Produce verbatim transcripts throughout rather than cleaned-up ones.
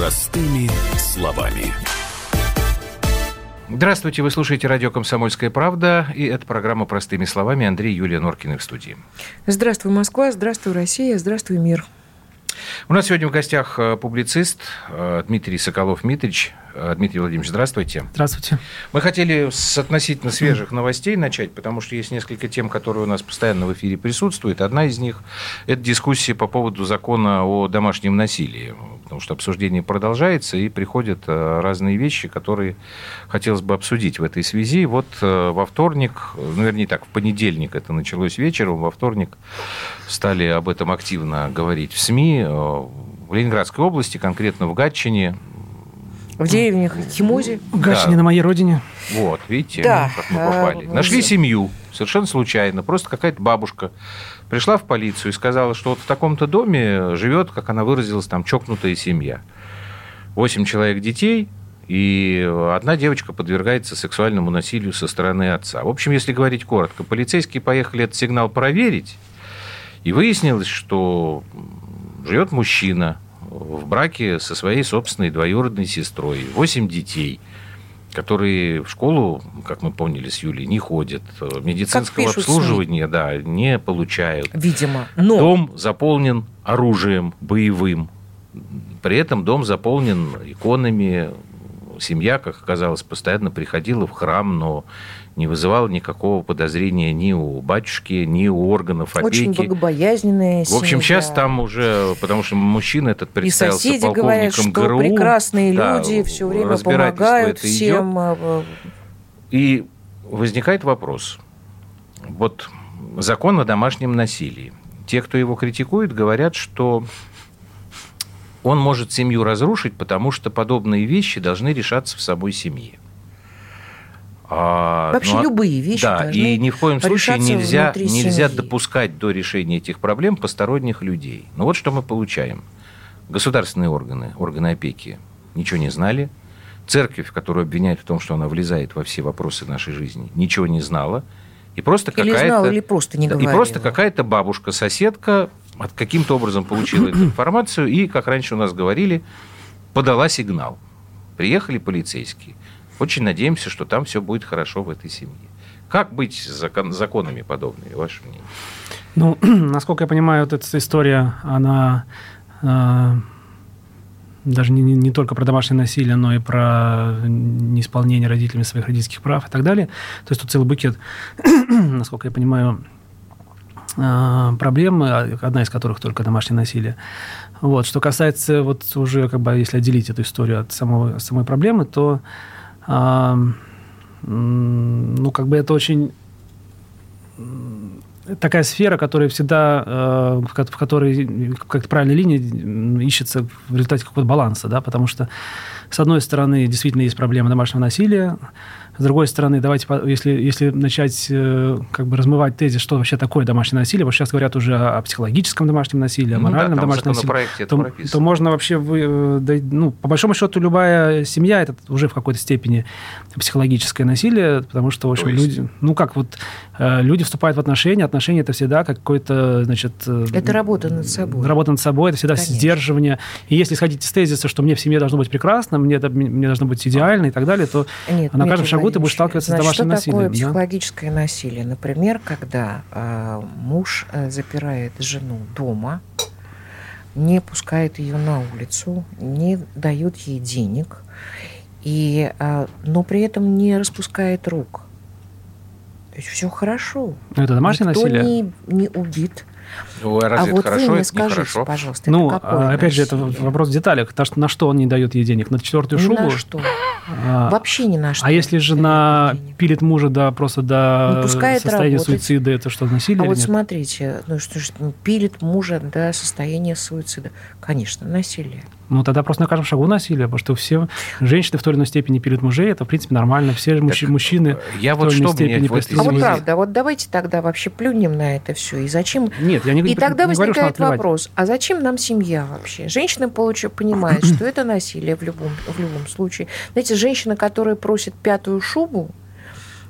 Простыми словами. Здравствуйте, вы слушаете радио «Комсомольская правда», и это программа «Простыми словами». Андрей, Юлия Норкины в студии. Здравствуй, Москва, здравствуй, Россия, здравствуй, мир. У нас сегодня в гостях публицист Дмитрий Соколов-Митрич. Дмитрий Владимирович, здравствуйте. Здравствуйте. Мы хотели с относительно свежих новостей начать, потому что есть несколько тем, которые у нас постоянно в эфире присутствуют. Одна из них – это дискуссия по поводу закона о домашнем насилии, потому что обсуждение продолжается, и приходят разные вещи, которые хотелось бы обсудить в этой связи. Вот во вторник, ну, вернее так, в понедельник это началось вечером, во вторник стали об этом активно говорить в СМИ. В Ленинградской области, конкретно в Гатчине. В деревне Химузе. В Гатчине, да. На моей родине. Вот, видите, да. как мы попали. Нашли семью, совершенно случайно. Просто какая-то бабушка пришла в полицию и сказала, что вот в таком-то доме живет, как она выразилась, там чокнутая семья. Восемь человек детей, и одна девочка подвергается сексуальному насилию со стороны отца. В общем, если говорить коротко, полицейские поехали этот сигнал проверить, и выяснилось, что живет мужчина в браке со своей собственной двоюродной сестрой. Восемь детей, которые в школу, как мы поняли с Юлей, не ходят. Медицинского обслуживания, да, не получают. Видимо. Но... Дом заполнен оружием боевым. При этом дом заполнен иконами. Семья, как оказалось, постоянно приходила в храм, но не вызывала никакого подозрения ни у батюшки, ни у органов опеки. Очень богобоязненная семья. В общем, сейчас там уже, потому что мужчина этот представился полковником ГРУ. И соседи говорят, что прекрасные да, люди все время помогают всем. Идет. И возникает вопрос. Вот закон о домашнем насилии. Те, кто его критикует, говорят, что он может семью разрушить, потому что подобные вещи должны решаться в самой семье. А, Вообще ну, любые вещи да, должны и ни в коем случае нельзя, нельзя семьи. допускать до решения этих проблем посторонних людей. Но вот что мы получаем. Государственные органы, органы опеки ничего не знали. Церковь, которую обвиняют в том, что она влезает во все вопросы нашей жизни, ничего не знала. И просто или какая-то, знала, или просто не говорила. И просто какая-то бабушка, соседка каким-то образом получила эту информацию и, как раньше у нас говорили, подала сигнал. Приехали полицейские. Очень надеемся, что там все будет хорошо в этой семье. Как быть с закон, законами подобными, ваше мнение? Ну, насколько я понимаю, вот эта история, она э, даже не, не только про домашнее насилие, но и про неисполнение родителями своих родительских прав и так далее. То есть тут целый букет, насколько я понимаю, э, проблем, одна из которых только домашнее насилие. Вот. Что касается, вот уже, как бы, если отделить эту историю от самого, самой проблемы, то ну, как бы это очень такая сфера, которая всегда, в которой как-то правильная линия ищется в результате какого-то баланса, да, потому что, с одной стороны, действительно есть проблема домашнего насилия, с другой стороны, давайте, если, если начать как бы размывать тезис, что вообще такое домашнее насилие, вот сейчас говорят уже о психологическом домашнем насилии, о моральном ну, да, домашнем насилии, то, то можно вообще, ну, по большому счету, любая семья – это уже в какой-то степени психологическое насилие, потому что, в общем, люди, ну, как вот люди вступают в отношения, отношения – это всегда какой-то, значит… Это работа над собой. Работа над собой, это всегда Конечно. Сдерживание. И если исходить из тезиса, что мне в семье должно быть прекрасно, мне, мне должно быть идеально и так далее, то Нет, на каждом шагу ты будешь сталкиваться Значит, с домашним что насилием. Что такое психологическое да? насилие? Например, когда э, муж э, запирает жену дома, не пускает ее на улицу, не дает ей денег, и, э, но при этом не распускает рук. То есть все хорошо. Но это домашнее Никто насилие? Не, не убит. Ой, разве а это вот хорошо, вы мне это скажите, нехорошо? пожалуйста, ну, это какое опять насилие? же, это вопрос в деталях. На что он не дает ей денег? На четвертую ни шубу? на что. А, Вообще ни на что. А если жена пилит мужа до, просто до состояния работать. суицида, это что, насилие А или вот нет? смотрите, ну что ж, пилит мужа до состояния суицида. Конечно, насилие. Ну, тогда просто на каждом шагу насилие, потому что все женщины в той или иной степени пилят мужей, это, в принципе, нормально. Все мужч... мужчины я в вот той или иной что степени вот А вот правда, вот давайте тогда вообще плюнем на это все. И зачем? Нет, я не, И не, тогда не говорю, возникает что вопрос, а зачем нам семья вообще? Женщина получ... понимает, что это насилие в любом, в любом случае. Знаете, женщина, которая просит пятую шубу,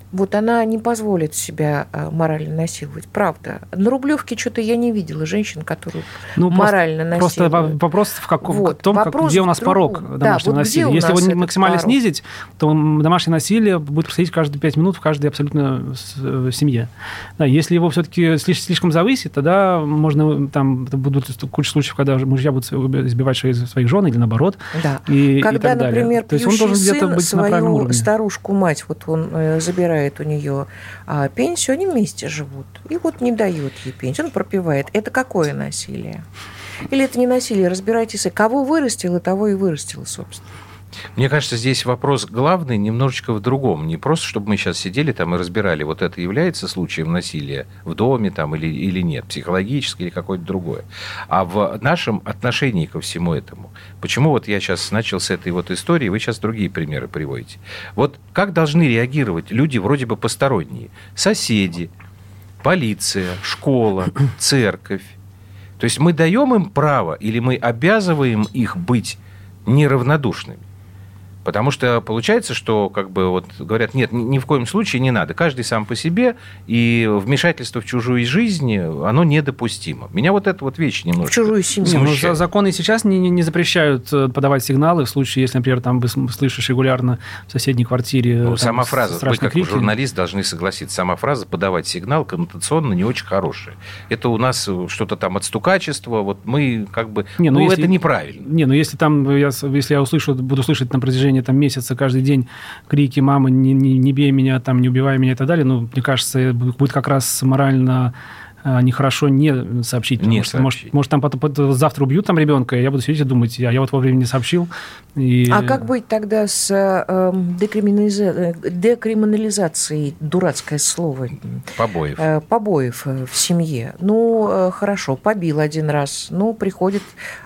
Вот она не позволит себя морально насиловать, правда. На Рублевке что-то я не видела женщин, которые ну, морально просто, насилуют. Просто вопрос в, каком, вот, в том, как, где у нас порог домашнего да, вот насилия. Если его максимально порог? снизить, то домашнее насилие будет происходить каждые пять минут в каждой абсолютно семье. Да, если его все-таки слишком завысить, тогда можно, там будут куча случаев, когда мужья будут избивать своих жен или наоборот. Да. И, когда, и так например, далее. То есть он должен где-то быть на правильном уровне. Старушку-мать, вот он э, забирает у нее а, пенсию, они вместе живут. И вот не дает ей пенсию, он пропивает. Это какое насилие? Или это не насилие? Разбирайтесь, кого вырастил, и того и вырастил, собственно. Мне кажется, здесь вопрос главный немножечко в другом. Не просто, чтобы мы сейчас сидели там и разбирали, вот это является случаем насилия в доме там, или, или нет, психологическое или какое-то другое. А в нашем отношении ко всему этому. Почему вот я сейчас начал с этой вот истории, вы сейчас другие примеры приводите. Вот как должны реагировать люди вроде бы посторонние? Соседи, полиция, школа, церковь. То есть мы даем им право или мы обязываем их быть неравнодушными? Потому что получается, что как бы вот говорят, нет, ни в коем случае не надо. Каждый сам по себе, и вмешательство в чужую жизнь, оно недопустимо. Меня вот эта вот вещь немножко в чужую семью. Ну, законы сейчас не, не запрещают подавать сигналы в случае, если, например, там вы слышишь регулярно в соседней квартире. Ну, там, сама фраза, вы как крики. журналист должны согласиться, сама фраза «подавать сигнал» коннотационно не очень хорошая. Это у нас что-то там от стукачества, вот мы как бы... Не, ну, ну если, это неправильно. Не, ну если там, я, если я услышу, буду слышать на протяжении там, месяца каждый день крики «мама, не, не, не бей меня, там, не убивай меня» и так далее, ну, мне кажется, будет как раз морально нехорошо не сообщить. Не что, сообщить. Может, может, там потом, потом, завтра убьют там ребенка, и я буду сидеть и думать, а я вот вовремя не сообщил. И... А как быть тогда с э, декриминализа... декриминализацией, дурацкое слово? Побоев. Э, побоев в семье. Ну, э, хорошо, побил один раз, ну, приходит...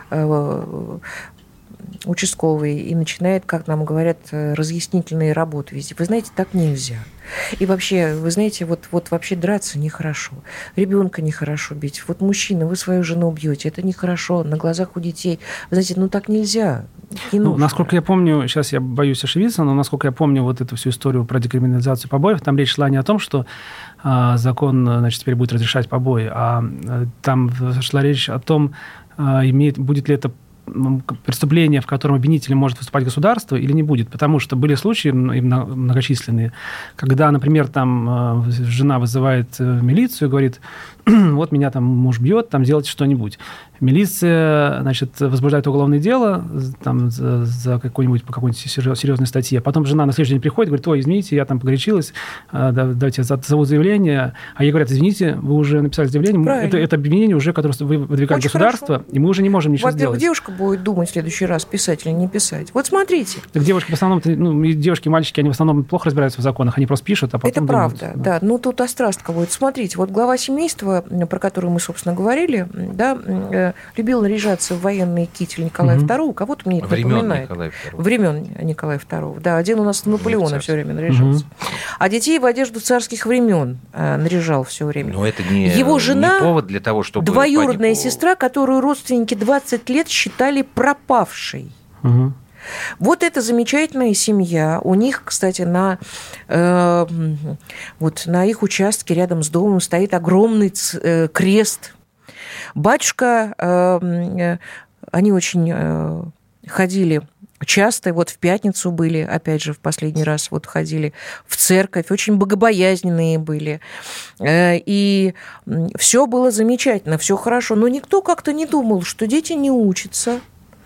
Э, участковый и начинает, как нам говорят, разъяснительные работы везде. Вы знаете, так нельзя. И вообще, вы знаете, вот, вот вообще драться нехорошо. Ребенка нехорошо бить. Вот мужчина, вы свою жену бьете, это нехорошо. На глазах у детей. Вы знаете, ну так нельзя. Не ну, насколько я помню, сейчас я боюсь ошибиться, но насколько я помню вот эту всю историю про декриминализацию побоев, там речь шла не о том, что а, закон, значит, теперь будет разрешать побои, а, а там шла речь о том, а, имеет, будет ли это преступление, в котором обвинителем может выступать государство, или не будет. Потому что были случаи многочисленные, когда, например, там жена вызывает милицию и говорит, вот меня там муж бьет, там делайте что-нибудь. Милиция, значит, возбуждает уголовное дело там, за, за какой-нибудь, по какой-нибудь серьезной статье. А потом жена на следующий день приходит, говорит, ой, извините, я там погорячилась, давайте зову заявление. А ей говорят, извините, вы уже написали заявление, это, это обвинение уже, которое вы выдвигает государство, хорошо. И мы уже не можем ничего Во-первых, сделать. Девушка будет думать в следующий раз, писать или не писать. Вот смотрите. Так девушки в основном, ну, девушки и мальчики, они в основном плохо разбираются в законах, они просто пишут, а потом это думают, правда, да. да. Ну, тут острастка будет. Смотрите, вот глава семейства, про которую мы, собственно, говорили, да, любил наряжаться в военный китель Николая угу. второго. Кого-то мне это Времен напоминает. Николая второго. Времен Николая второго. Да, один у нас Наполеона все время наряжался. Угу. А детей в одежду царских времен наряжал все время. Но это не, Его жена, не повод для того, чтобы... двоюродная панику... сестра, которую родственники двадцать лет считали пропавшей. Угу. Вот эта замечательная семья. У них, кстати, на, э, вот на их участке рядом с домом стоит огромный ц, э, крест. Батюшка, э, они очень э, ходили часто, вот в пятницу были, опять же, в последний раз вот ходили в церковь, очень богобоязненные были. Э, и все было замечательно, все хорошо. Но никто как-то не думал, что дети не учатся.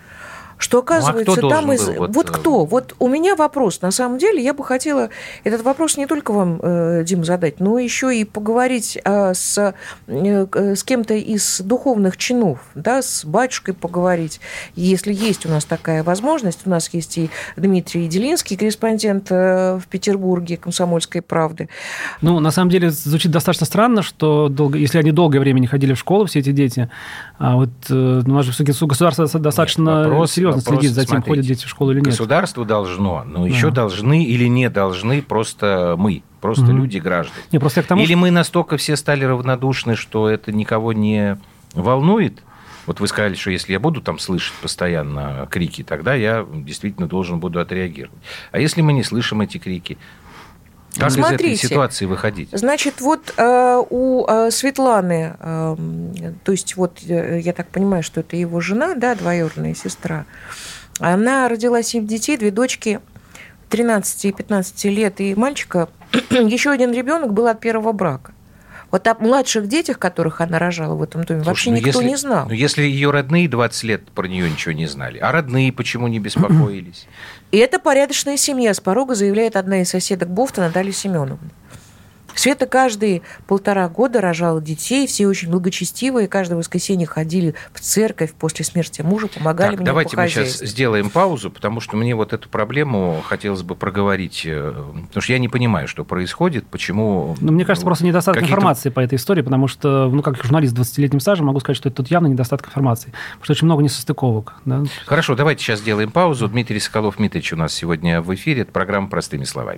Что, оказывается, ну, а там из... был, вот... вот кто? Вот у меня вопрос. На самом деле, я бы хотела этот вопрос не только вам, э, Дим, задать, но еще и поговорить э, с, э, с кем-то из духовных чинов, да, с батюшкой поговорить. Если есть у нас такая возможность, у нас есть и Дмитрий Делинский, корреспондент э, в Петербурге «Комсомольской правды». Ну, на самом деле, звучит достаточно странно, что долго, если они долгое время не ходили в школу, все эти дети, а вот э, у нас же государство достаточно Нет, вопрос... серьезно Вопрос, следит за тем, смотрите, ходят дети в школу или нет. Государство должно, но да. еще должны или не должны просто мы, просто угу. люди, граждане. Не, просто к тому, или что... мы настолько все стали равнодушны, что это никого не волнует. Вот вы сказали, что если я буду там слышать постоянно крики, тогда я действительно должен буду отреагировать. А если мы не слышим эти крики? Как Смотрите, из этой ситуации выходить? Значит, вот э, у э, Светланы, э, то есть вот э, я так понимаю, что это его жена, да, двоюродная сестра, она родила семь детей, две дочки тринадцати и пятнадцати лет, и мальчика, еще один ребенок был от первого брака. Вот о младших детях, которых она рожала в этом доме, Слушай, вообще ну никто если, не знал. Ну, если ее родные двадцать лет про нее ничего не знали, а родные почему не беспокоились? И это порядочная семья, с порога заявляет одна из соседок Бофта, Наталья Семеновна. Света каждые полтора года рожала детей, все очень благочестивые, каждое воскресенье ходили в церковь после смерти мужа, помогали так, мне давайте по мы сейчас хозяйству. сделаем паузу, потому что мне вот эту проблему хотелось бы проговорить, потому что я не понимаю, что происходит, почему... Ну, мне кажется, просто недостаток какие-то... информации по этой истории, потому что, ну, как журналист с двадцатилетним стажем, могу сказать, что это тут явно недостаток информации, потому что очень много несостыковок. Да? Хорошо, давайте сейчас сделаем паузу. Дмитрий Соколов-Митрич у нас сегодня в эфире. Это программа «Простыми словами».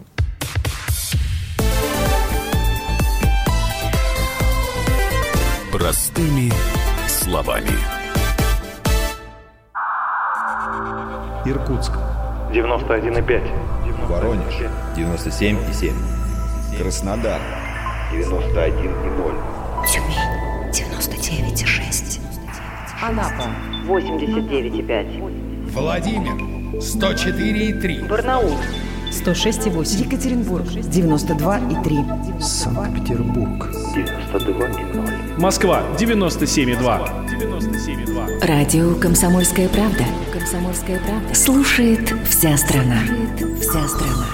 Простыми словами. Иркутск. девяносто один и пять. Воронеж. девяносто семь и семь. Краснодар. девяносто один и ноль. Тюмень. девяносто девять и шесть. Анапа. восемьдесят девять и пять. Владимир. сто четыре и три. Барнаул. сто шесть и восемь. Екатеринбург. девяносто два и три. Санкт-Петербург. девяносто два и ноль. Москва. девяносто семь и два. Радио «Комсомольская правда». «Комсомольская правда». Слушает вся страна. Слушает вся страна.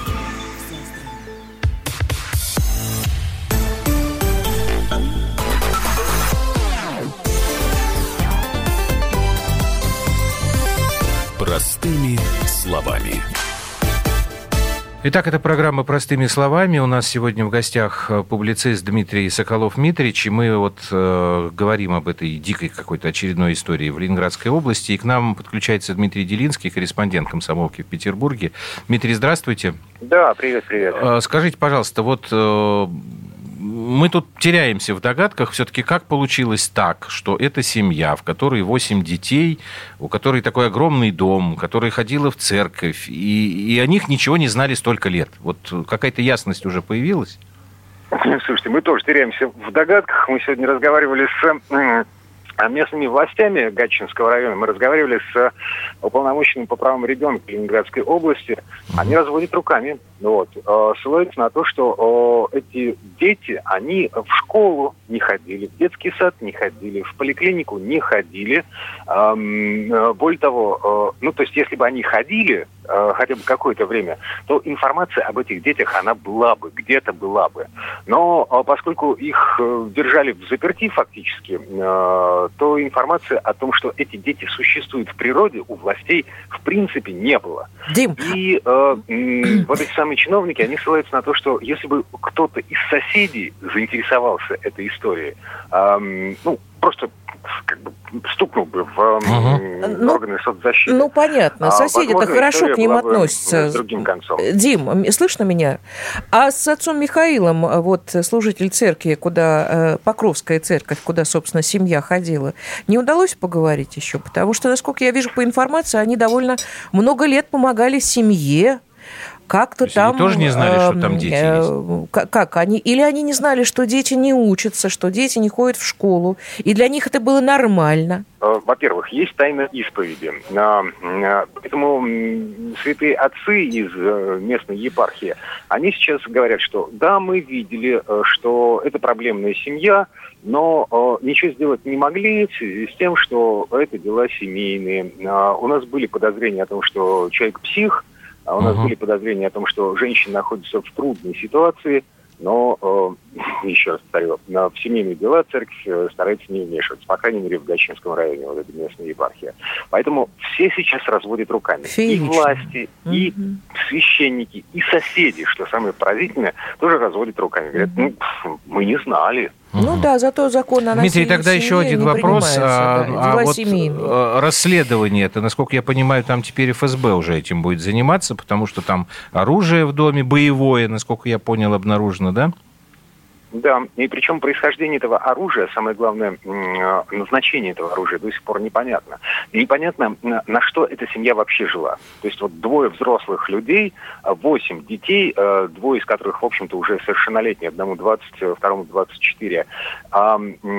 Простыми словами. Итак, это программа «Простыми словами». У нас сегодня в гостях публицист Дмитрий Соколов-Митрич, и мы вот э, говорим об этой дикой какой-то очередной истории в Ленинградской области. И к нам подключается Дмитрий Делинский, корреспондент «Комсомолки» в Петербурге. Дмитрий, здравствуйте. Да, привет, привет. Э, скажите, пожалуйста, вот... Э, мы тут теряемся в догадках, все-таки как получилось так, что эта семья, в которой восемь детей, у которой такой огромный дом, которая ходила в церковь, и, и о них ничего не знали столько лет. Вот какая-то ясность уже появилась? Слушайте, мы тоже теряемся в догадках. Мы сегодня разговаривали с местными властями Гатчинского района. Мы разговаривали с уполномоченным по правам ребенка Ленинградской области. Они разводят руками. Вот. Ссылаются на то, что эти дети, они в школу не ходили, в детский сад не ходили, в поликлинику не ходили. Более того, ну, то есть, если бы они ходили хотя бы какое-то время, то информация об этих детях, она была бы, где-то была бы. Но поскольку их держали в заперти фактически, то информация о том, что эти дети существуют в природе, у властей в принципе не было. Дим. И э, м, вот эти самые чиновники, они ссылаются на то, что если бы кто-то из соседей заинтересовался этой историей, э, ну, просто как бы стукнул бы в uh-huh. ну, органы соцзащиты. Ну, понятно. Соседи-то возможно, хорошо к ним относятся. С другим концом. Дим, слышно меня? А с отцом Михаилом, вот служитель церкви, куда Покровская церковь, куда, собственно, семья ходила, не удалось поговорить еще? Потому что, насколько я вижу по информации, они довольно много лет помогали семье. Как-то То там... Они тоже не знали, что там дети есть? Как, как они? Или они не знали, что дети не учатся, что дети не ходят в школу, и для них это было нормально? Во-первых, есть тайна исповеди. Поэтому святые отцы из местной епархии, они сейчас говорят, что да, мы видели, что это проблемная семья, но э, ничего сделать не могли в связи с тем, что это дела семейные. Э, у нас были подозрения о том, что человек псих, а у нас uh-huh. были подозрения о том, что женщина находится в трудной ситуации, но, э, еще раз повторю, в семейные дела церковь старается не вмешиваться, по крайней мере, в Гатчинском районе, вот эта местная епархия. Поэтому все сейчас разводят руками. Феерично. И власти, uh-huh. и священники, и соседи, что самое поразительное, тоже разводят руками. Говорят, ну, мы не знали. Ну да, зато закон о насилии Дмитрий, тогда в семье еще один вопрос. Да, а, а вот расследование, это, насколько я понимаю, там теперь эф эс бэ уже этим будет заниматься, потому что там оружие в доме боевое, насколько я понял, обнаружено, да? Да, и причем происхождение этого оружия, самое главное, назначение этого оружия до сих пор непонятно. И непонятно, на что эта семья вообще жила. То есть вот двое взрослых людей, восемь детей, двое из которых, в общем-то, уже совершеннолетние, одному двадцать, второму двадцать четыре. На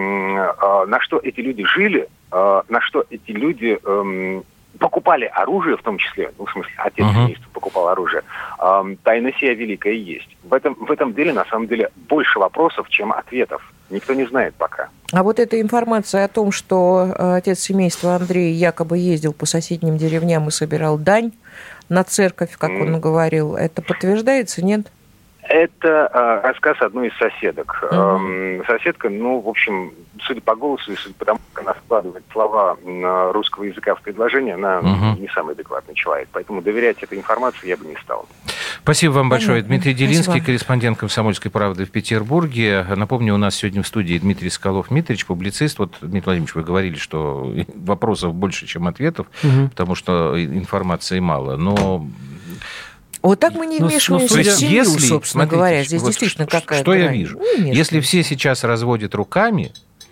что эти люди жили, на что эти люди... покупали оружие, в том числе, ну, в смысле, отец uh-huh. семейства покупал оружие, э, тайна сия великая есть. В этом, в этом деле, на самом деле, больше вопросов, чем ответов. Никто не знает пока. А вот эта информация о том, что отец семейства Андрей якобы ездил по соседним деревням и собирал дань на церковь, как mm. он говорил, это подтверждается, нет? Это э, рассказ одной из соседок. Uh-huh. Э, соседка, ну, в общем, судя по голосу и судя по тому, как она складывает слова русского языка в предложение, она uh-huh. не самый адекватный человек. Поэтому доверять этой информации я бы не стал. Спасибо вам большое. Понятно. Дмитрий Делинский, Спасибо. Корреспондент «Комсомольской правды» в Петербурге. Напомню, у нас сегодня в студии Дмитрий Соколов-Митрич, публицист. Вот, Дмитрий Владимирович, вы говорили, что вопросов больше, чем ответов, uh-huh. потому что информации мало. Но... Вот так мы не но, вмешиваемся но, в семью, если, собственно смотрите, говоря. Здесь вот действительно что, какая-то... Что я вижу? Ну, если все сейчас разводят руками,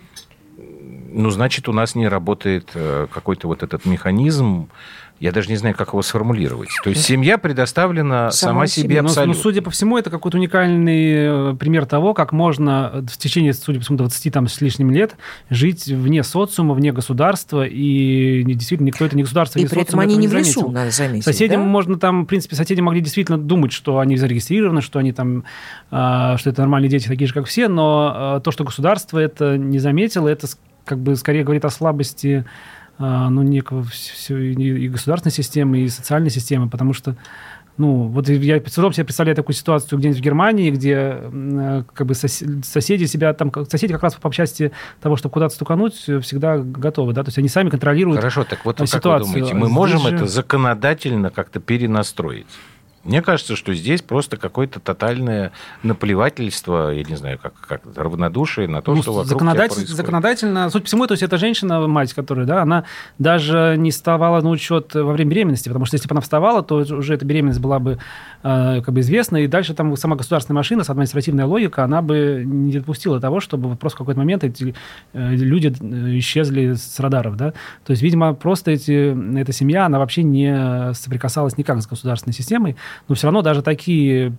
ну, значит, у нас не работает какой-то вот этот механизм. Я даже не знаю, как его сформулировать. То есть семья предоставлена сама, сама себе, себе абсолютно. Но, но, судя по всему, это какой-то уникальный пример того, как можно в течение, судя по всему, двадцати там, с лишним лет жить вне социума, вне государства, и действительно никто это не государство, и не социум. И при этом они не не в лесу, заметил. надо заметить. Соседям да? можно там, в принципе, соседи могли действительно думать, что они зарегистрированы, что они там, что это нормальные дети, такие же, как все, но то, что государство это не заметило, это как бы скорее говорит о слабости ну, некого и государственной системы, и социальной системы, потому что, ну, вот я с трудом себе представляю такую ситуацию где-нибудь в Германии, где как бы соседи себя там, соседи как раз по части того, чтобы куда-то стукануть, всегда готовы, да, то есть они сами контролируют Хорошо, так вот ситуацию. Как вы думаете, мы Здесь можем же... это законодательно как-то перенастроить? Мне кажется, что здесь просто какое-то тотальное наплевательство, я не знаю, как, как равнодушие на то, ну, что вокруг законодатель, тебя происходит. Законодательно, суть по всему, то есть это женщина, мать, которая, да, она даже не вставала на учет во время беременности, потому что если бы она вставала, то уже эта беременность была бы э, как бы известна, и дальше там сама государственная машина, административная логика, она бы не допустила того, чтобы просто в какой-то момент эти э, люди исчезли с радаров, да. То есть, видимо, просто эти, эта семья, она вообще не соприкасалась никак с государственной системой, но все равно даже такие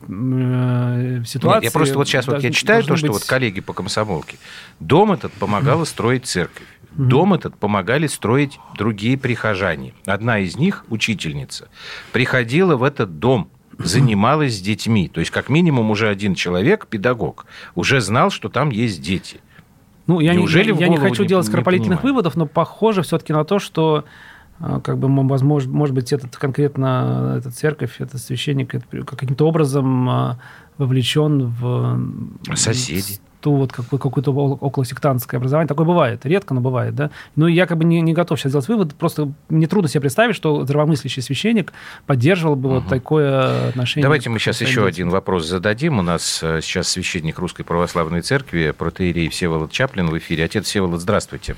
э, ситуации... Нет, я просто вот сейчас вот я читаю то, быть... что вот коллеги по комсомолке. Дом этот помогала строить церковь. Mm-hmm. Дом этот помогали строить другие прихожане. Одна из них, учительница, приходила в этот дом, занималась с детьми. То есть, как минимум, уже один человек, педагог, уже знал, что там есть дети. Ну, я Неужели не, я не хочу не, делать не скоропалительных понимаю? выводов, но похоже все-таки на то, что как бы, возможно, может быть, этот конкретно эта церковь, этот священник каким-то образом вовлечен в... Соседи. Ту вот какое- какое-то околосектантское образование. Такое бывает. Редко, но бывает, да. Ну, я как бы не, не готов сейчас делать вывод. Просто мне трудно себе представить, что здравомыслящий священник поддерживал бы угу. вот такое отношение. Давайте мы сейчас еще один вопрос зададим. У нас сейчас священник Русской Православной Церкви, протоиерей Всеволод Чаплин в эфире. Отец Всеволод, здравствуйте.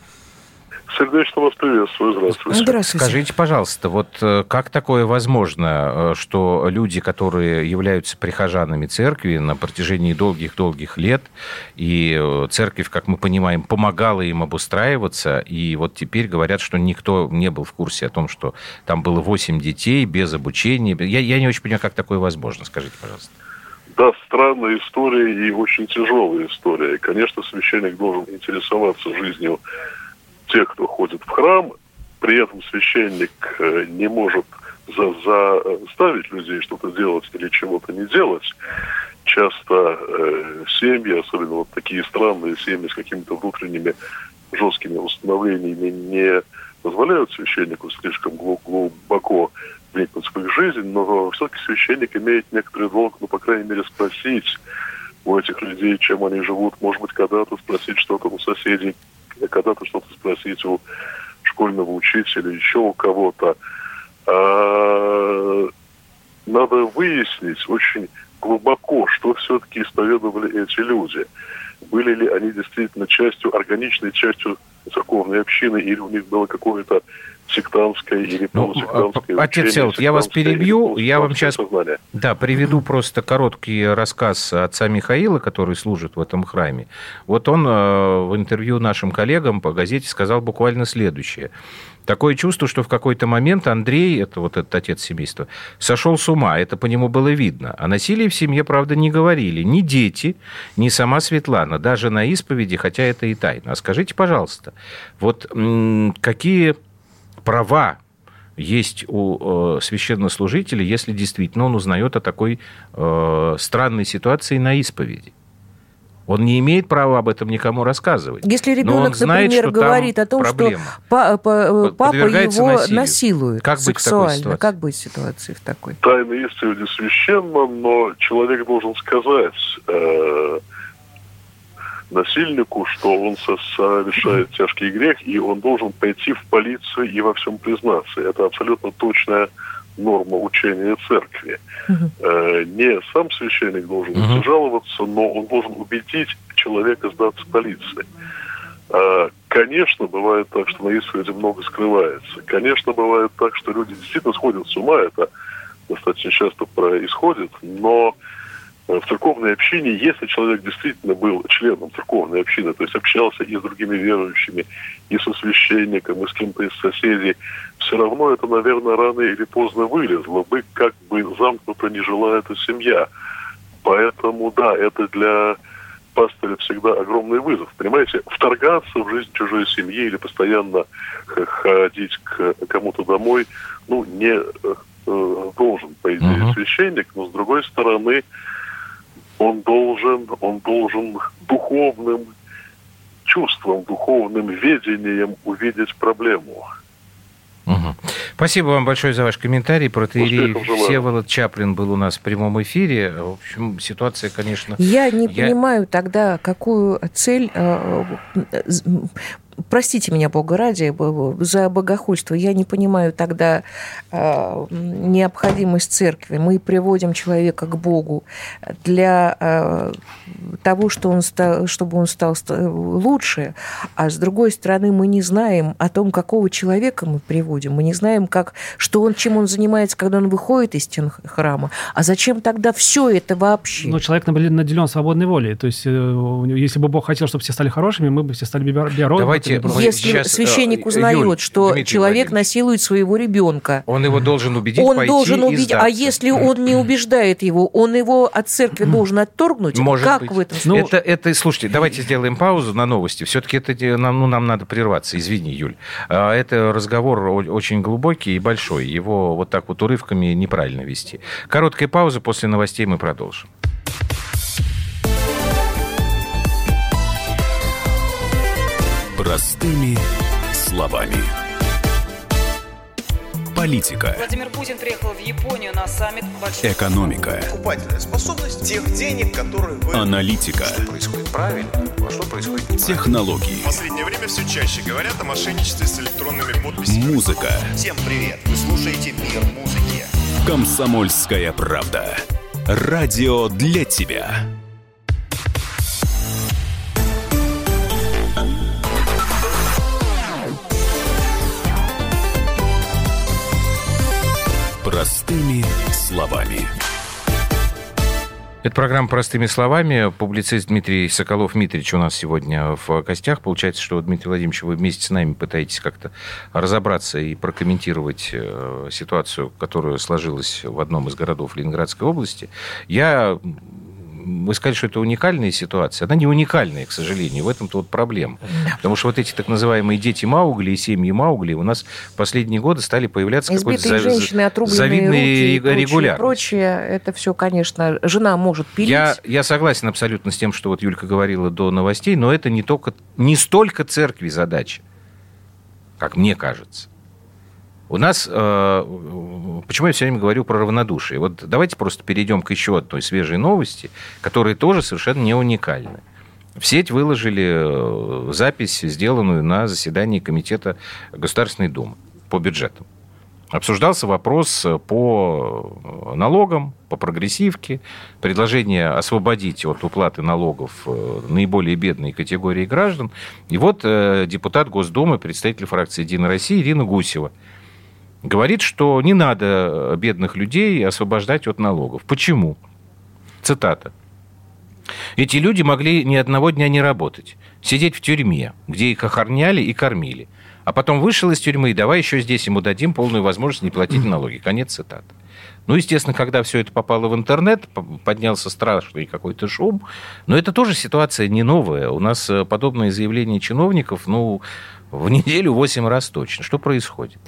Сердечно вас приветствую. Здравствуйте. Здравствуйте. Скажите, пожалуйста, вот как такое возможно, что люди, которые являются прихожанами церкви на протяжении долгих-долгих лет, и церковь, как мы понимаем, помогала им обустраиваться, и вот теперь говорят, что никто не был в курсе о том, что там было восемь детей без обучения. Я, я не очень понимаю, как такое возможно. Скажите, пожалуйста. Да, странная история и очень тяжелая история. Конечно, священник должен интересоваться жизнью тех, кто ходит в храм, при этом священник не может за, заставить людей что-то делать или чего-то не делать. Часто э, семьи, особенно вот такие странные семьи с какими-то внутренними жесткими установлениями, не позволяют священнику слишком глубоко вникнуть в их жизнь, но все-таки священник имеет некоторый долг, ну, по крайней мере, спросить у этих людей, чем они живут, может быть, когда-то спросить что-то у соседей, когда-то что-то спросить у школьного учителя, еще у кого-то. А, надо выяснить очень глубоко, что все-таки исповедовали эти люди. Были ли они действительно частью, органичной частью церковной общины, или у них было какое-то сектантское или полусектантское ну, Отец Всеволод, я вас перебью, я вам сейчас да, приведу просто короткий рассказ отца Михаила, который служит в этом храме. Вот он в интервью нашим коллегам по газете сказал буквально следующее. Такое чувство, что в какой-то момент Андрей, это вот этот отец семейства, сошел с ума, это по нему было видно. О насилии в семье, правда, не говорили ни дети, ни сама Светлана, даже на исповеди, хотя это и тайна. А скажите, пожалуйста, вот какие права есть у э, священнослужителя, если действительно он узнает о такой э, странной ситуации на исповеди? Он не имеет права об этом никому рассказывать. Если ребенок, знает, например, говорит о том, проблема. что папа, папа его насилию. насилует как сексуально, быть как быть в ситуации в такой? Тайна исповеди священна, но человек должен сказать э, насильнику, что он совершает тяжкий грех, и он должен пойти в полицию и во всем признаться. Это абсолютно точная норма учения церкви. Uh-huh. Не сам священник должен uh-huh. жаловаться, но он должен убедить человека сдаться полиции. Конечно, бывает так, что на исповеди много скрывается. Конечно, бывает так, что люди действительно сходят с ума. Это достаточно часто происходит, но в церковной общине, если человек действительно был членом церковной общины, то есть общался и с другими верующими, и со священником, и с кем-то из соседей, все равно это, наверное, рано или поздно вылезло бы, как бы замкнута не жила эта семья. Поэтому, да, это для пастыря всегда огромный вызов. Понимаете, вторгаться в жизнь чужой семьи или постоянно ходить к кому-то домой, ну, не э, должен, по идее, uh-huh. священник, но, с другой стороны, Он должен, он должен духовным чувством, духовным видением увидеть проблему. Угу. Спасибо вам большое за ваш комментарий. Протоиерей Всеволод Чаплин был у нас в прямом эфире. В общем, ситуация, конечно... Я не я... понимаю тогда, какую цель... Простите меня, Бога ради, за богохульство. Я не понимаю тогда э, необходимость церкви. Мы приводим человека к Богу для э, того, что он стал, чтобы он стал лучше, а с другой стороны мы не знаем о том, какого человека мы приводим. Мы не знаем, как, что он, чем он занимается, когда он выходит из стен храма. А зачем тогда все это вообще? Ну, человек наделен свободной волей. То есть, если бы Бог хотел, чтобы все стали хорошими, мы бы все стали биороидами. Давайте Если сейчас, священник узнает, Юль, что Дмитрий человек насилует своего ребенка, он его должен убедить, он пойти должен и убедить, сдаться. А если он не убеждает его, он его от церкви должен отторгнуть? Может как быть. в этом случае? Это, это, слушайте, давайте сделаем паузу на новости. Все-таки это нам, ну, нам надо прерваться. Извини, Юль. Это разговор очень глубокий и большой. Его вот так вот урывками неправильно вести. Короткая пауза, после новостей мы продолжим. Простыми словами. Политика. Владимир Путин приехал в Японию на саммит большой... Экономика. Покупательная способность тех денег, которые вы... Аналитика. Что происходит правильно, а что происходит неправильно. Технологии. В последнее время все чаще говорят о мошенничестве с электронными подписями. Музыка. Всем привет. Вы слушаете «Мир музыки». Комсомольская правда. Радио для тебя. Простыми словами. Это программа «Простыми словами». Публицист Дмитрий Соколов-Митрич у нас сегодня в гостях. Получается, что, Дмитрий Владимирович, вы вместе с нами пытаетесь как-то разобраться и прокомментировать ситуацию, которая сложилась в одном из городов Ленинградской области. Я... Вы сказали, что это уникальная ситуация. Она не уникальная, к сожалению. В этом-то вот проблема. Потому что вот эти так называемые дети Маугли и семьи Маугли у нас в последние годы стали появляться избитые какой-то женщины, отрубленные завидный руки регулярность. И прочее, это все, конечно, жена может пилить. Я, я согласен абсолютно с тем, что вот Юлька говорила до новостей, но это не, только, не столько церкви задача, как мне кажется. У нас, э, почему я все время говорю про равнодушие? Вот давайте просто перейдем к еще одной свежей новости, которая тоже совершенно не уникальна. В сеть выложили запись, сделанную на заседании Комитета Государственной Думы по бюджетам. Обсуждался вопрос по налогам, по прогрессивке, предложение освободить от уплаты налогов наиболее бедные категории граждан. И вот депутат Госдумы, представитель фракции «Единая Россия» Ирина Гусева говорит, что не надо бедных людей освобождать от налогов. Почему? Цитата. «Эти люди могли ни одного дня не работать, сидеть в тюрьме, где их охраняли и кормили. А потом вышел из тюрьмы, и давай еще здесь ему дадим полную возможность не платить налоги». Конец цитаты. Ну, естественно, когда все это попало в интернет, поднялся страшный какой-то шум. Но это тоже ситуация не новая. У нас подобные заявления чиновников, ну, в неделю восемь раз точно. Что происходит?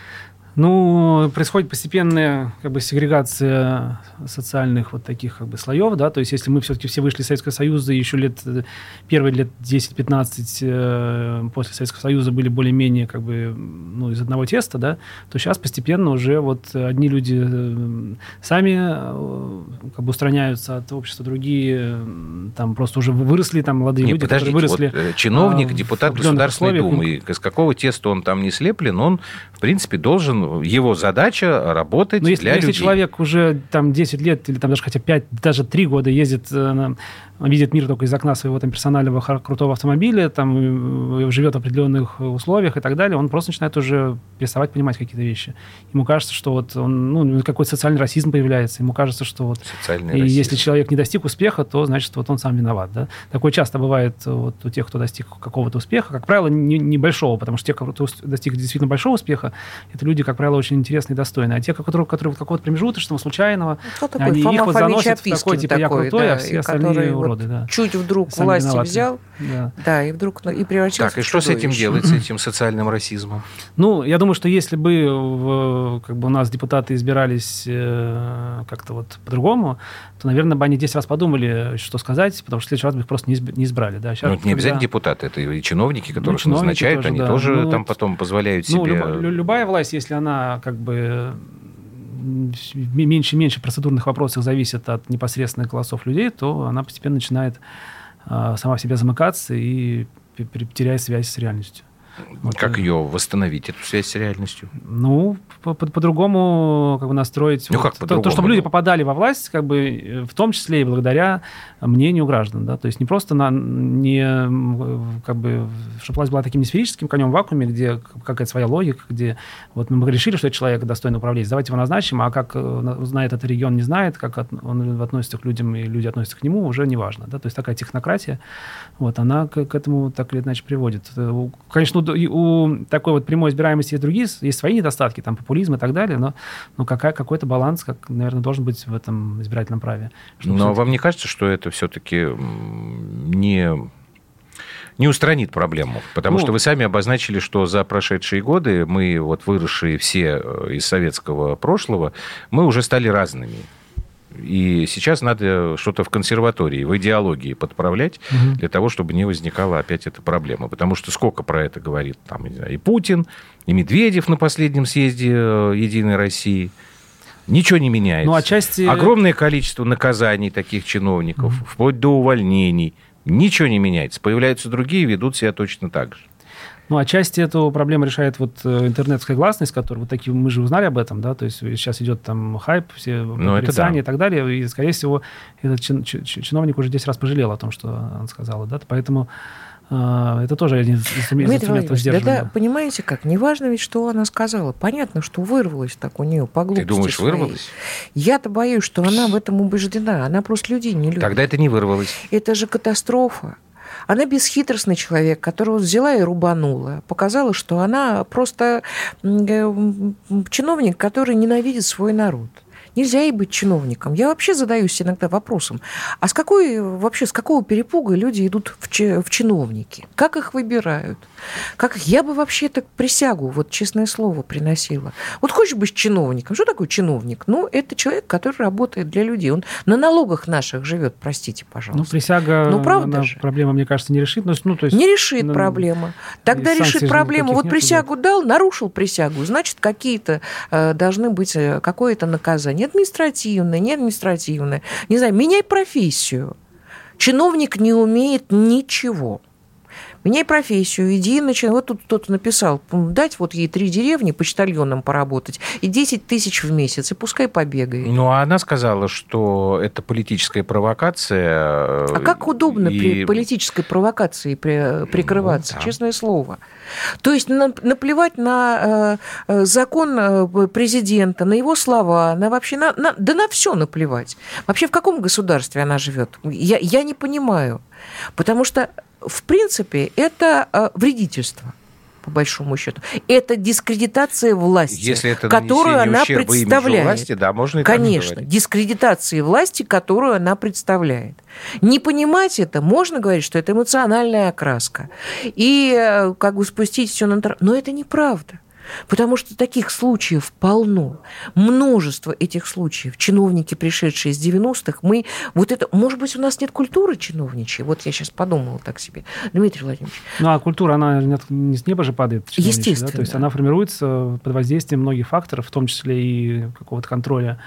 Ну, происходит постепенная как бы сегрегация социальных вот таких как бы слоев, да, то есть если мы все-таки все вышли из Советского Союза, еще лет, первые лет десять-пятнадцать э, после Советского Союза были более-менее как бы, ну, из одного теста, да, то сейчас постепенно уже вот одни люди сами э, как бы устраняются от общества, другие там просто уже выросли, там молодые не, люди, подождите, которые выросли. Вот чиновник, депутат Государственной Думы, из какого теста он там не слеплен, он, в принципе, должен... Его задача работать Но если, для если людей. человек уже там десять лет или там даже хотя пять, даже три года ездит, видит мир только из окна своего там персонального крутого автомобиля, там живет в определенных условиях и так далее, он просто начинает уже переставать понимать какие-то вещи. Ему кажется, что вот он, ну, какой-то социальный расизм появляется, ему кажется, что вот и если человек не достиг успеха, то значит вот он сам виноват. Да? Такое часто бывает вот у тех, кто достиг какого-то успеха, как правило, не, небольшого, потому что те, кто достиг действительно большого успеха, это люди, как правило, очень интересные и достойные. А те, которые, которые какого-то промежуточного, случайного, такой, они Фома их вот заносят Фомич в такой, типа, такой, я крутой, да, а все остальные уроды. Вот да. Чуть вдруг Сами власти виноваты. взял, да. да, и вдруг и превратился Так, и в что чудовище. с этим делать, с этим социальным расизмом? Ну, я думаю, что если бы, в, как бы у нас депутаты избирались э, как-то вот по-другому, то, наверное, бы они десять раз подумали, что сказать, потому что в следующий раз бы их просто не, изб, не избрали. Да. Сейчас, ну, это не обязательно когда... депутаты, это и чиновники, которых ну, чиновники назначают, тоже, они да. тоже ну, там потом позволяют ну, себе... Люба, любая власть, если она как бы меньше и меньше процедурных вопросов зависит от непосредственных голосов людей, то она постепенно начинает э, сама в себя замыкаться и теряет связь с реальностью. Вот. Как ее восстановить, эту связь с реальностью? Ну, по- по- по-другому как бы настроить. Ну, вот как то, по-другому? то, чтобы люди попадали во власть, как бы, в том числе и благодаря мнению граждан. Да? То есть не просто на, не, как бы, чтобы власть была таким не сферическим конем в вакууме, где какая-то своя логика, где вот мы решили, что этот человек достойный управленец, давайте его назначим, а как знает этот регион, не знает, как он относится к людям, и люди относятся к нему, уже не важно. Да? То есть такая технократия, вот, она к, к этому так или иначе приводит. Конечно, у такой вот прямой избираемости есть другие, есть свои недостатки, там популизм и так далее, но, но какая, какой-то баланс, как, наверное, должен быть в этом избирательном праве. Но вам не кажется, что это все-таки не, не устранит проблему? Потому ну, что вы сами обозначили, что за прошедшие годы мы, вот выросшие все из советского прошлого, мы уже стали разными. И сейчас надо что-то в консерватории, в идеологии подправлять, угу. для того, чтобы не возникала опять эта проблема. Потому что сколько про это говорит там, не знаю, и Путин, и Медведев на последнем съезде «Единой России». Ничего не меняется. Ну, отчасти... Огромное количество наказаний таких чиновников, угу. вплоть до увольнений. Ничего не меняется. Появляются другие, ведут себя точно так же. Ну, отчасти эту проблему решает вот интернетская гласность, которая вот такие, мы же узнали об этом, да, то есть сейчас идет там хайп, все порицания, да. и так далее, и, скорее всего, этот чин, чиновник уже десять раз пожалел о том, что она сказала, да, поэтому э, это тоже один из инструментов сдерживания. Да, понимаете как, неважно ведь, что она сказала, понятно, что вырвалось так у нее по глупости. Ты думаешь, своей. Вырвалось? Я-то боюсь, что она в этом убеждена, она просто людей не любит. Тогда это не вырвалось. Это же катастрофа. Она бесхитростный человек, которого взяла и рубанула. Показала, что она просто чиновник, который ненавидит свой народ. Нельзя ей быть чиновником. Я вообще задаюсь иногда вопросом, а с какой, вообще, с какого перепуга люди идут в, чи, в чиновники? Как их выбирают? Как их? Я бы вообще-то присягу, вот честное слово, приносила. Вот хочешь быть чиновником? Что такое чиновник? Ну, это человек, который работает для людей. Он на налогах наших живет, простите, пожалуйста. Ну, присяга, ну, правда она же? Проблема, мне кажется, не решит. Ну, то есть, не решит ну, проблему. Тогда решит проблему. Вот присягу нет, дал, нарушил присягу, значит, какие-то э, должны быть, э, какое-то наказание. Административное, не административное. Не знаю, меняй профессию. Чиновник не умеет ничего. Меняй профессию, иди, начинай. Вот тут кто-то написал, дать вот ей три деревни почтальоном поработать и десять тысяч в месяц, и пускай побегает. Ну, а она сказала, что это политическая провокация. А как удобно и... при политической провокации прикрываться, ну, да. Честное слово. То есть наплевать на э, закон президента, на его слова, на вообще, на, на, да на все наплевать. Вообще в каком государстве она живет? Я, я не понимаю. Потому что, в принципе, это э, вредительство, по большому счету. Это дискредитация власти, если это которую она представляет. Власти, да, можно и Конечно, дискредитация власти, которую она представляет. Не понимать это, можно говорить, что это эмоциональная окраска. И как бы спустить все на... Но это неправда. Потому что таких случаев полно. Множество этих случаев. Чиновники, пришедшие из девяностых, мы... Вот это... Может быть, у нас нет культуры чиновничьей? Вот я сейчас подумала так себе. Дмитрий Владимирович. Ну, а культура, она не с неба же падает. Естественно. Да? То есть она формируется под воздействием многих факторов, в том числе и какого-то контроля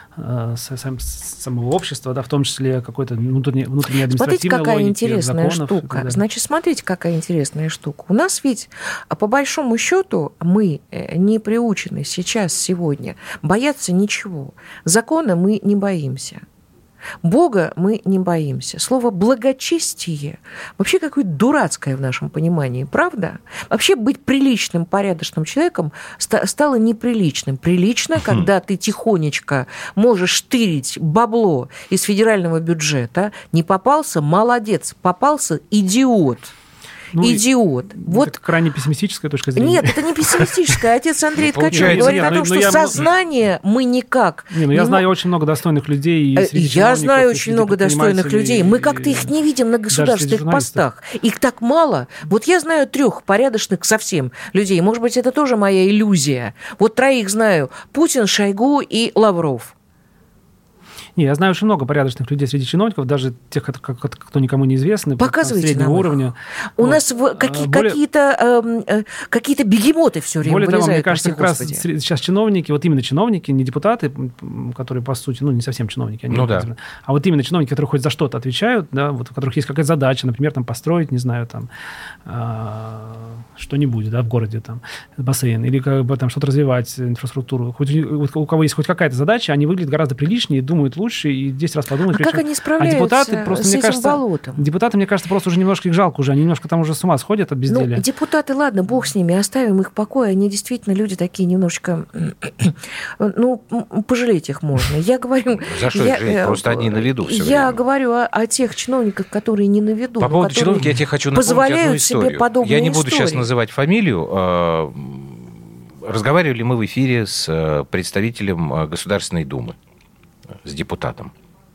самого общества, да, в том числе какой-то внутренней, внутренней административной смотрите, какая логики, интересная законов, штука. Значит, смотрите, какая интересная штука. У нас ведь, по большому счету, мы не приучены сейчас, сегодня, бояться ничего. Закона мы не боимся. Бога мы не боимся. Слово «благочестие» вообще какое-то дурацкое в нашем понимании, правда? Вообще быть приличным, порядочным человеком стало неприличным. Прилично, когда ты тихонечко можешь штырить бабло из федерального бюджета. Не попался – молодец, попался – идиот. Ну, идиот. Вот. Это крайне пессимистическая точка зрения. Нет, это не пессимистическая. Отец Андрей Ткачев говорит о том, что сознание мы никак... Не, ну я знаю очень много достойных людей. Я знаю очень много достойных людей. Мы как-то их не видим на государственных постах. Их так мало. Вот я знаю трех порядочных совсем людей. Может быть, это тоже моя иллюзия. Вот троих знаю. Путин, Шойгу и Лавров. Не, я знаю очень много порядочных людей среди чиновников, даже тех, кто никому не известны. Показывайте среднего нам уровня. У вот. нас какие, Более... какие-то, э, какие-то бегемоты все время Более вылезают. Более того, мне кажется, как раз сейчас чиновники, вот именно чиновники, не депутаты, которые, по сути, ну, не совсем чиновники, они, ну, да. а вот именно чиновники, которые хоть за что-то отвечают, да, вот, у которых есть какая-то задача, например, там, построить, не знаю, там, э, что-нибудь, да, в городе, там, бассейн, или как бы, там, что-то развивать, инфраструктуру. Хоть, вот, у кого есть хоть какая-то задача, они выглядят гораздо приличнее, думают лучше, и десять раз подумать. А как они справляются а депутаты просто, с мне этим кажется, болотом? Депутаты, мне кажется, просто уже немножко их жалко уже. Они немножко там уже с ума сходят от безделия. Ну, депутаты, ладно, бог с ними, оставим их в покое. Они действительно люди такие немножечко... Ну, пожалеть их можно. Я говорю... За что их жалеть? Просто они на виду все время. Я говорю о, о тех чиновниках, которые не на виду. По поводу чиновников я тебе хочу напомнить одну историю. Я не буду сейчас называть фамилию. Разговаривали мы в эфире с представителем Государственной Думы, с депутатом.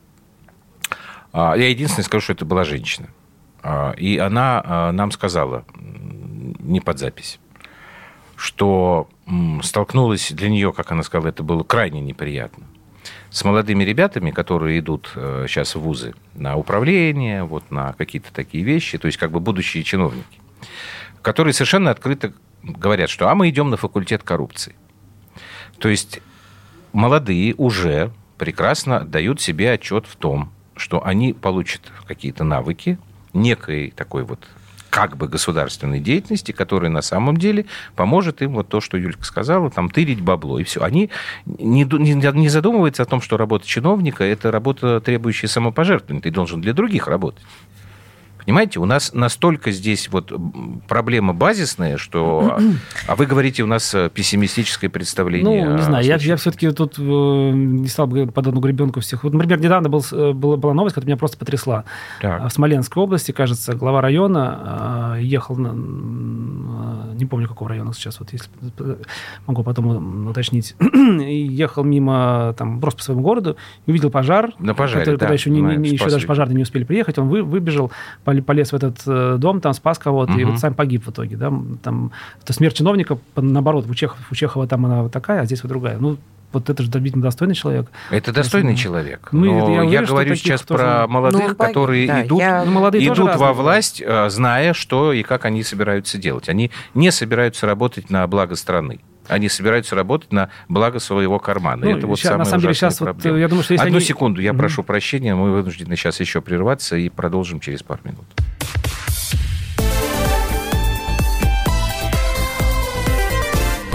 Я единственное скажу, что это была женщина. И она нам сказала, не под запись, что столкнулась для нее, как она сказала, это было крайне неприятно, с молодыми ребятами, которые идут сейчас в вузы на управление, вот на какие-то такие вещи, то есть как бы будущие чиновники, которые совершенно открыто говорят, что а мы идем на факультет коррупции. То есть молодые уже прекрасно дают себе отчет в том, что они получат какие-то навыки некой такой вот как бы государственной деятельности, которая на самом деле поможет им, вот то, что Юлька сказала, там, тырить бабло, и все. Они не, не, не задумываются о том, что работа чиновника – это работа, требующая самопожертвования. Ты должен для других работать. Понимаете, у нас настолько здесь вот проблема базисная, что... А вы говорите, у нас пессимистическое представление. Ну, не знаю, я, я все-таки тут э, не стал бы под одну гребенку всех. Вот, например, недавно был, была, была новость, которая меня просто потрясла. Так. В Смоленской области, кажется, глава района э, ехал, на, э, не помню, какого района сейчас, вот если могу потом уточнить, ехал мимо, там, просто по своему городу, увидел пожар. На пожаре, который, да. Когда еще, не, не, еще даже пожарные не успели приехать, он вы, выбежал, полез в этот дом, там спас кого-то, угу. и вот сам погиб в итоге. Да? Там, это смерть чиновника, наоборот, у Чехова, у Чехова там она вот такая, а здесь вот другая. Ну, вот это же действительно достойный человек. Это достойный есть, человек. Ну, но я, уверен, я говорю сейчас тоже... про молодых, ну, которые да, идут, я... ну, идут во власть, зная, что и как они собираются делать. Они не собираются работать на благо страны. Они собираются работать на благо своего кармана. Ну, это вот сейчас, самая на самом деле, сейчас проблема. Вот, я думаю, что если Одну они... секунду, я mm-hmm. прошу прощения, мы вынуждены сейчас еще прерваться и продолжим через пару минут.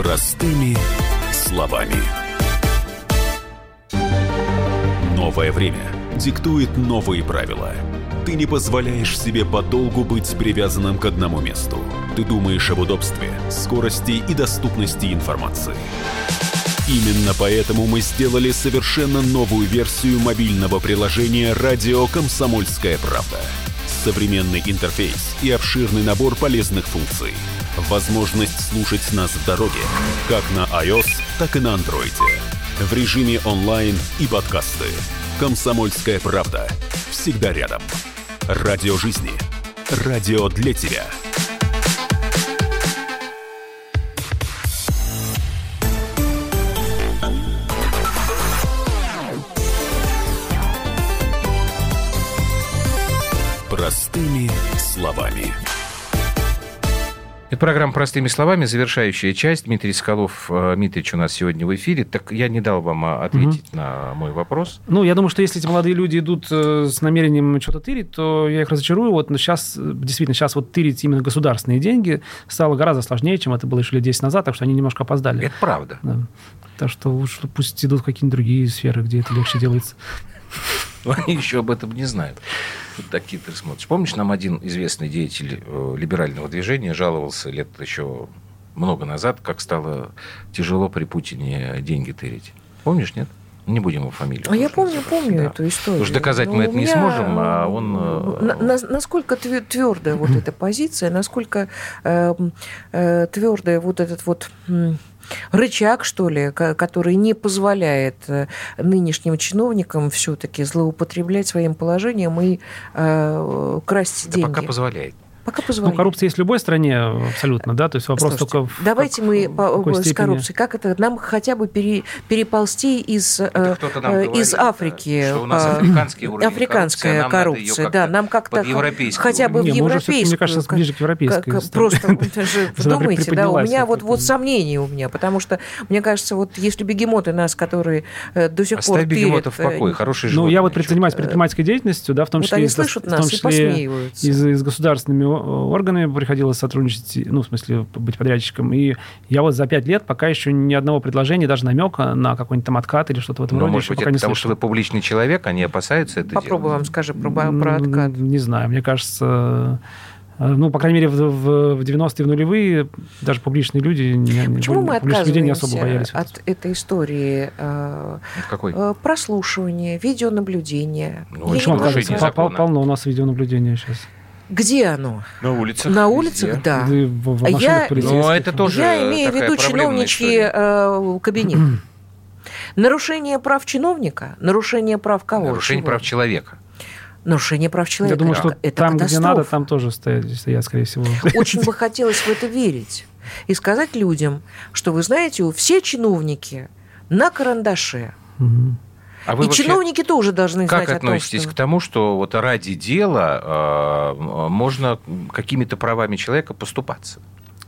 Простыми словами. Новое время диктует новые правила. Ты не позволяешь себе подолгу быть привязанным к одному месту. Ты думаешь об удобстве, скорости и доступности информации. Именно поэтому мы сделали совершенно новую версию мобильного приложения «Радио Комсомольская правда». Современный интерфейс и обширный набор полезных функций. Возможность слушать нас в дороге, как на iOS, так и на Android. В режиме онлайн и подкасты. «Комсомольская правда». Всегда рядом. Радио жизни. Радио для тебя. Простыми словами. Это программа «Простыми словами», завершающая часть. Дмитрий Соколов. Дмитрич у нас сегодня в эфире. Так я не дал вам ответить угу. на мой вопрос. Ну, я думаю, что если эти молодые люди идут с намерением что-то тырить, то я их разочарую. Вот сейчас, действительно, сейчас вот тырить именно государственные деньги стало гораздо сложнее, чем это было еще лет десять назад, так что они немножко опоздали. Это правда. Да. Так что лучше пусть идут в какие-нибудь другие сферы, где это легче делается. Они еще об этом не знают. Вот такие ты смотришь. Помнишь, нам один известный деятель либерального движения жаловался лет еще много назад, как стало тяжело при Путине деньги тырить. Помнишь, нет? Не будем его фамилию. А я помню, помню да. эту историю. Потому что доказать Но мы это не сможем, а он... На, на, насколько твердая вот эта позиция, насколько э, э, твердая вот этот вот... рычаг, что ли, который не позволяет нынешним чиновникам все-таки злоупотреблять своим положением и э, красть Это деньги. Пока позволяет. Пока позволяет. Ну, коррупция есть в любой стране абсолютно, да, то есть вопрос Слушайте, только в давайте как, мы в по, с степени... коррупцией, как это, нам хотя бы пере, переползти из, э, из говорит, Африки. Что у нас африканский уровень африканская коррупция, нам да, нам как-то хотя бы уровень. в европейскую. Мне кажется, ближе к европейской. Как, просто думаете, да, у меня вот, вот сомнения у меня, потому что, мне кажется, вот если бегемоты нас, которые до сих пор тырят... бегемотов в покое, хорошие животные. Ну, я вот занимаюсь предпринимательской деятельностью, да, в том числе и с государственными органами приходилось сотрудничать, ну, в смысле, быть подрядчиком. И я вот за пять лет пока еще ни одного предложения, даже намека на какой-нибудь там откат или что-то в этом Но, роде может быть, пока это не потому, слышал. что вы публичный человек, они опасаются это Попробуй делать. вам скажи про, про откат. Не знаю, мне кажется... Ну, по крайней мере, в, в, в девяностые, в нулевые даже публичные люди не, Почему мы отказываемся не особо боялись от этой истории э, Какой? Э, прослушивания, видеонаблюдения? Ну, почему отказываться? Пол, полно у нас видеонаблюдения сейчас. Где оно? На улицах. На улицах, везде. да. В, в я, Но это тоже я имею в виду чиновничий э, кабинет. Нарушение прав чиновника, нарушение прав кого? Нарушение Чего? прав человека. Нарушение прав человека. Я думаю, что это там, катастрофа. где надо, там тоже стоят, стоят, скорее всего. Очень бы хотелось в это верить. И сказать людям, что, вы знаете, все чиновники на карандаше. Угу. А вы и чиновники тоже должны знать о том, что... Как относитесь к тому, что вот ради дела э, можно какими-то правами человека поступаться?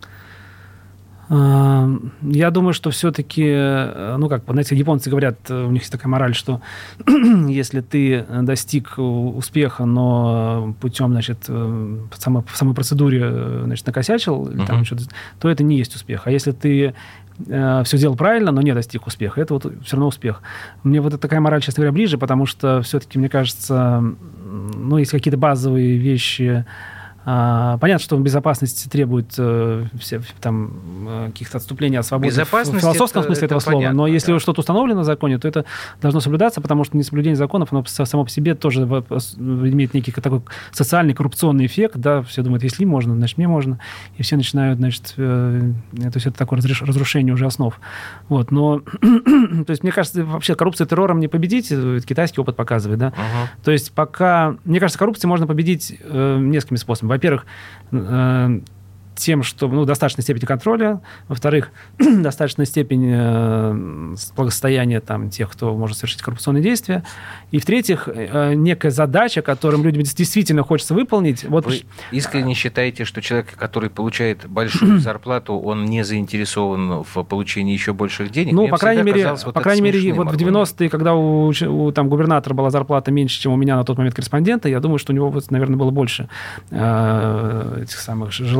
Я думаю, что все-таки, ну, как, знаете, японцы говорят, у них есть такая мораль, что если ты достиг успеха, но путем, значит, в самой, в самой процедуре, значит, накосячил, uh-huh. там, то это не есть успех. А если ты э, все сделал правильно, но не достиг успеха, это вот все равно успех. Мне вот такая мораль, честно говоря, ближе, потому что все-таки, мне кажется, ну, есть какие-то базовые вещи. Понятно, что безопасность требует э, все, там, каких-то отступлений от свободы в философском смысле этого слова, понятно, но если да. что-то установлено в законе, то это должно соблюдаться, потому что несоблюдение законов, оно само по себе тоже имеет некий такой социальный коррупционный эффект, да, все думают, если можно, значит, мне можно, и все начинают, значит, э, то есть это такое разрушение уже основ. Вот, но, то есть, мне кажется, вообще коррупцию террором не победить, китайский опыт показывает, да, uh-huh. то есть пока, мне кажется, коррупцию можно победить э, несколькими способами. Во-первых, тем, что ну, достаточной степени контроля, во-вторых, достаточная степень э, благосостояния там, тех, кто может совершить коррупционные действия, и в-третьих, э, некая задача, которую людям действительно хочется выполнить. Вот... Вы искренне считаете, что человек, который получает большую зарплату, он не заинтересован в получении еще больших денег? Ну, Мне по крайней мере, вот по крайней мере вот аргумент. в девяностые, когда у, у там, губернатора была зарплата меньше, чем у меня на тот момент корреспондента, я думаю, что у него, вот, наверное, было больше э, этих самых желаний что-нибудь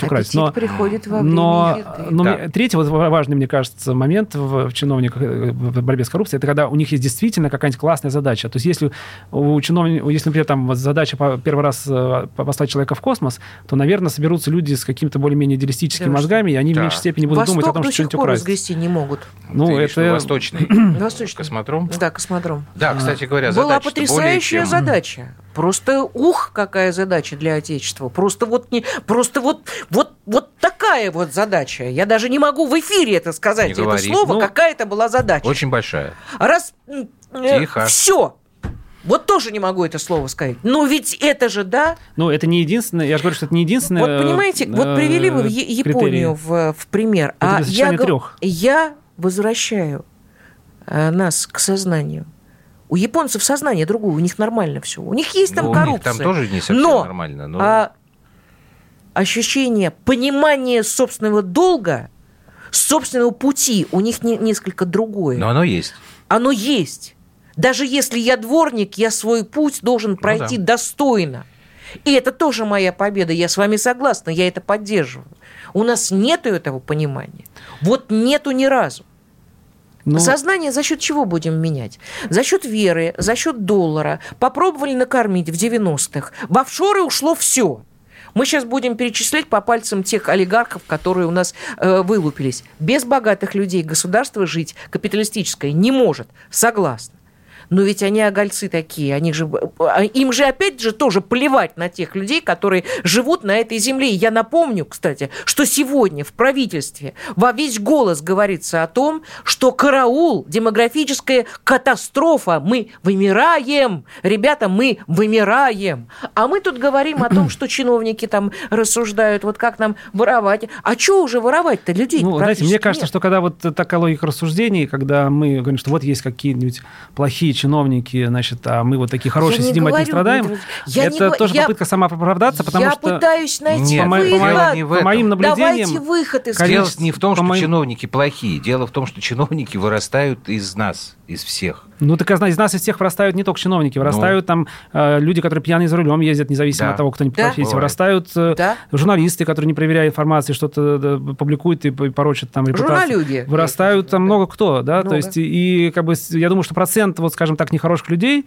что-нибудь украсть. Но, приходит во время но, еды. но Да. третий вот важный, мне кажется, момент в, в чиновниках в борьбе с коррупцией, это когда у них есть действительно какая-нибудь классная задача. То есть если у чиновников, если, например, там задача по, первый раз послать человека в космос, то, наверное, соберутся люди с какими-то более-менее идеалистическими да, мозгами, и они да. в меньшей степени будут Восток думать о том, что что-нибудь украсть. Восток до сих пор разгрести не могут. Ну, Ты это... Восточный. Восточный. Космодром? Да, космодром. Да, кстати говоря, была задача потрясающая чем... задача. Просто ух, какая задача для Отечества. Просто вот не, просто вот, вот, вот такая вот задача. Я даже не могу в эфире это сказать, не это говори. слово, ну, какая это была задача. Очень большая. Раз Тихо. Э, все. Вот тоже не могу это слово сказать. Но ведь это же, да? Ну, это не единственное, я же говорю, что это не единственное. Вот понимаете, э, вот привели вы Японию в, в пример. Это а я, трех. я возвращаю э, нас к сознанию. У японцев сознание другое, у них нормально все. У них есть там ну, коррупция. У них там тоже не совсем но, нормально. Но а, ощущение понимания собственного долга, собственного пути у них не, несколько другое. Но оно есть. Оно есть. Даже если я дворник, я свой путь должен пройти ну, да. достойно. И это тоже моя победа. Я с вами согласна, я это поддерживаю. У нас нету этого понимания. Вот нету ни разу. Но... Сознание за счет чего будем менять? За счет веры, за счет доллара. Попробовали накормить в девяностых. В офшоры ушло все. Мы сейчас будем перечислять по пальцам тех олигархов, которые у нас э, вылупились. Без богатых людей государство жить капиталистическое не может. Согласна. Но ведь они огольцы такие, они же, им же опять же тоже плевать на тех людей, которые живут на этой земле. И я напомню, кстати, что сегодня в правительстве во весь голос говорится о том, что караул, демографическая катастрофа, мы вымираем, ребята, мы вымираем. А мы тут говорим о том, что чиновники там рассуждают, вот как нам воровать. А что уже воровать-то людей? Ну, знаете, мне кажется, нет. что когда вот такая логика рассуждений, когда мы говорим, что вот есть какие-нибудь плохие чиновники, значит, а мы вот такие хорошие сидим, говорю, от них страдаем. Я это не... тоже я... попытка самооправдаться, потому я что... Я пытаюсь найти Нет, выход. Не по моим наблюдениям... Давайте выход из Дело не в том, что моим... чиновники плохие. Дело в том, что чиновники вырастают из нас, из всех. Ну, так из нас из всех вырастают не только чиновники, вырастают ну, там э, люди, которые пьяные за рулем ездят, независимо да. от того, кто они по профессии, да? вырастают э, да? журналисты, которые, не проверяя информации, что-то да, публикуют и порочат там репутацию. Журналюги. Вырастают там да. много кто, да, много. то есть и как бы я думаю, что процент, вот скажем так, нехороших людей,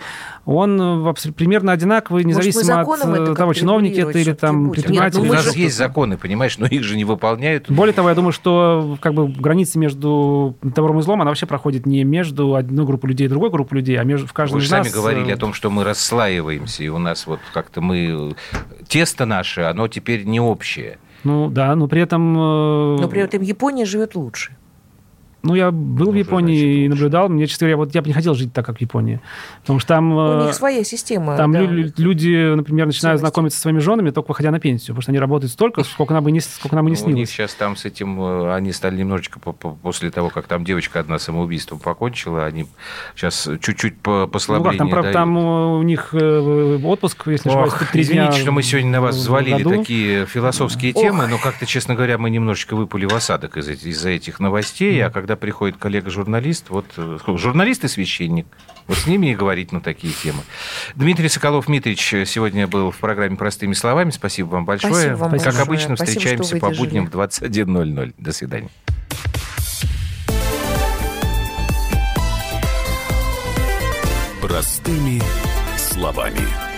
он примерно одинаковый, независимо от того, чиновники это или там предприниматели. Нет, ну, у нас есть законы, понимаешь, но их же не выполняют. Более того, я думаю, что как бы граница между добром и злом, она вообще проходит не между одной группой людей и другой группой людей, а между в каждом из нас... Вы же сами говорили о том, что мы расслаиваемся, и у нас вот как-то мы... Тесто наше, оно теперь не общее. Ну да, но при этом... Но при этом Япония живет лучше. Ну, я был в Японии и наблюдал. Мне, честно говоря, вот я бы не хотел жить так, как в Японии. Потому что там... У них своя система. Там да. люди, например, начинают Ценности. знакомиться со своими женами, только выходя на пенсию. Потому что они работают столько, сколько нам и не, сколько нам и не снилось. У них сейчас там с этим... Они стали немножечко... После того, как там девочка одна самоубийством покончила, они сейчас чуть-чуть послабление ну, как, там, дают. Там у них отпуск, если не ошибаюсь, три дня. Извините, что мы сегодня на вас взвалили такие философские Ох. темы, но как-то, честно говоря, мы немножечко выпали в осадок из- из-за этих новостей, mm. а когда приходит коллега журналист, вот журналист и священник, вот с ними и говорить на такие темы. Дмитрий Соколов-Митрич сегодня был в программе «Простыми словами». Спасибо вам большое. Спасибо вам как большое. обычно, Спасибо, встречаемся по будням в двадцать один ноль ноль. До свидания. Простыми словами.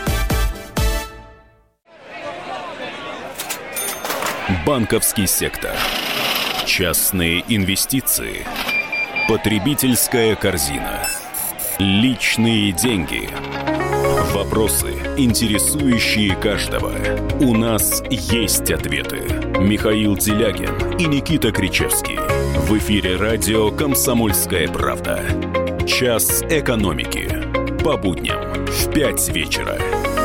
Банковский сектор. Частные инвестиции. Потребительская корзина. Личные деньги. Вопросы, интересующие каждого. У нас есть ответы. Михаил Делягин и Никита Кричевский. В эфире радио «Комсомольская правда». Час экономики. По будням в пять вечера.